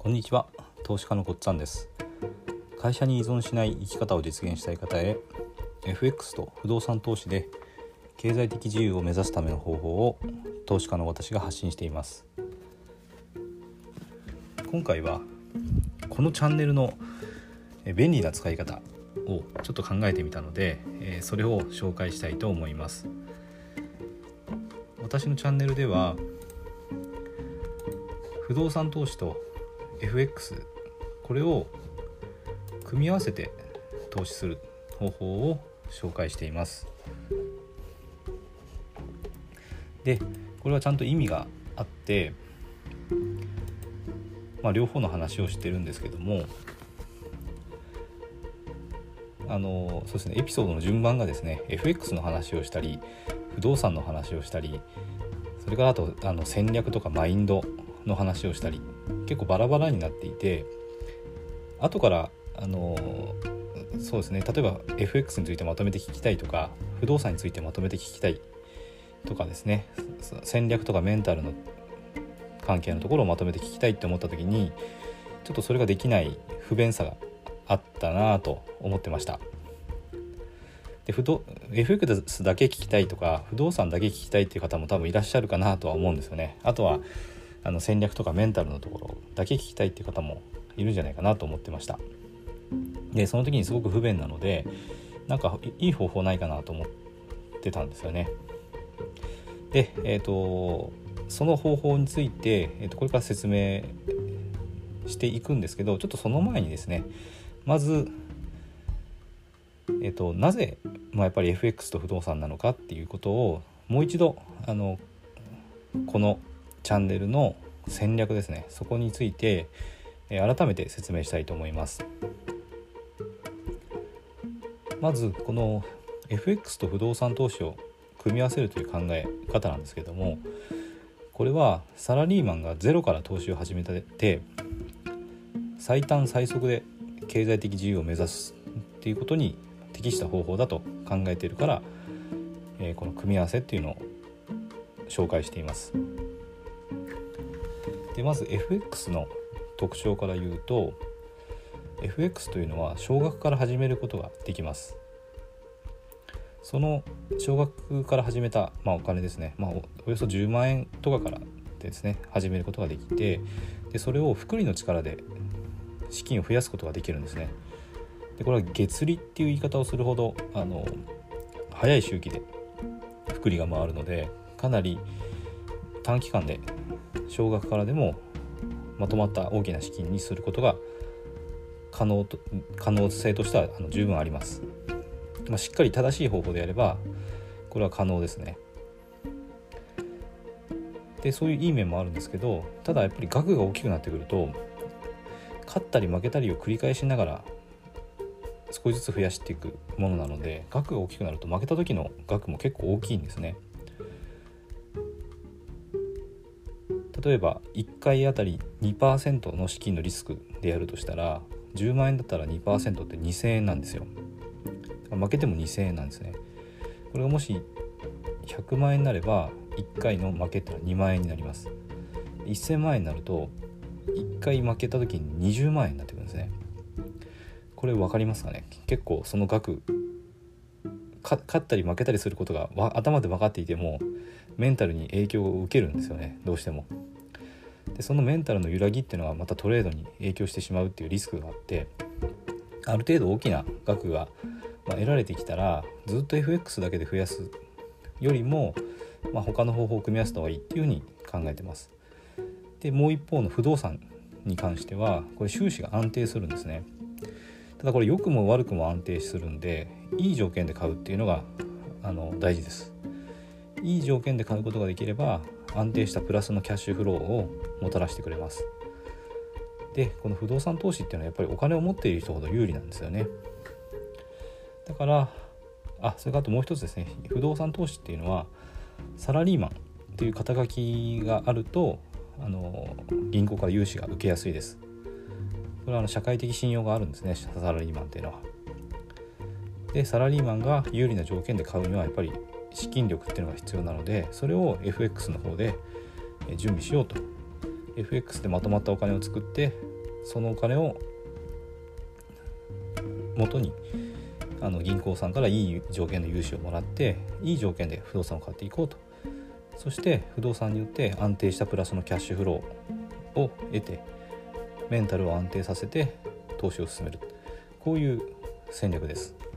こんにちは、投資家のこっつぁんです。会社に依存しない生き方を実現したい方へ FX と不動産投資で経済的自由を目指すための方法を投資家の私が発信しています。今回はこのチャンネルの便利な使い方をちょっと考えてみたので、それを紹介したいと思います。私のチャンネルでは不動産投資と FX これを組み合わせて投資する方法を紹介しています。で、これはちゃんと意味があって、両方の話をしてるんですけども、そうですね、エピソードの順番がですね FX の話をしたり不動産の話をしたり、それからあと戦略とかマインドの話をしたり、結構バラバラになっていて、後からそうですね、例えば FX についてまとめて聞きたいとか、不動産についてまとめて聞きたいとかですね、戦略とかメンタルの関係のところをまとめて聞きたいって思った時に、ちょっとそれができない不便さがあったなと思ってました。で、FX だけ聞きたいとか不動産だけ聞きたいっていう方も多分いらっしゃるかなとは思うんですよね。あとは戦略とかメンタルのところだけ聞きたいっていう方もいるんじゃないかなと思ってました。で、その時にすごく不便なので、なんかいい方法ないかなと思ってたんですよね。で、その方法について、これから説明していくんですけど、ちょっとその前にですね、まず、なぜ、やっぱり FX と不動産なのかっていうことをもう一度このチャンネルの戦略ですね、そこについて改めて説明したいと思います。まずこの FX と不動産投資を組み合わせるという考え方なんですけども、これはサラリーマンがゼロから投資を始めて最短最速で経済的自由を目指すっていうことに適した方法だと考えているから、この組み合わせっていうのを紹介しています。で、まず FX の特徴から言うと、 FX というのは少額から始めることができます。その少額から始めた、お金ですね、およそ10万円とかからですね始めることができて、でそれを複利の力で資金を増やすことができるんですね。で、これは月利っていう言い方をするほど早い周期で複利が回るので、かなり短期間で少額からでもまとまった大きな資金にすることが可能性としては十分あります。しっかり正しい方法でやればこれは可能ですね。で、そういういい面もあるんですけど、ただやっぱり額が大きくなってくると、勝ったり負けたりを繰り返しながら少しずつ増やしていくものなので、額が大きくなると負けた時の額も結構大きいんですね。例えば1回あたり 2% の資金のリスクでやるとしたら、10万円だったら 2% って2000円なんですよ。負けても2000円なんですね。これがもし100万円になれば1回の負けってのは2万円になります。1000万円になると1回負けた時に20万円になってくるんですね。これ分かりますかね。結構その額勝ったり負けたりすることが頭で分かっていてもメンタルに影響を受けるんですよね、どうしても。で、そのメンタルの揺らぎっていうのはまたトレードに影響してしまうっていうリスクがあって、ある程度大きな額が得られてきたらずっと FX だけで増やすよりも、他の方法を組み合わせた方がいいっていうふうに考えてます。で、もう一方の不動産に関してはこれ収支が安定するんですね。ただこれ良くも悪くも安定するんで、いい条件で買うっていうのが大事です。いい条件で買うことができれば安定したプラスのキャッシュフローをもたらしてくれます。で、この不動産投資っていうのはやっぱりお金を持っている人ほど有利なんですよね。だからそれからあともう一つですね、不動産投資っていうのはサラリーマンという肩書きがあると銀行から融資が受けやすいです。これは社会的信用があるんですね、サラリーマンっていうのは。で、サラリーマンが有利な条件で買うにはやっぱり資金力っていうのが必要なので、それを FX の方で準備しようと。FX でまとまったお金を作ってそのお金を元に銀行さんからいい条件の融資をもらって、いい条件で不動産を買っていこうと。そして不動産によって安定したプラスのキャッシュフローを得て、メンタルを安定させて投資を進める、こういう戦略です。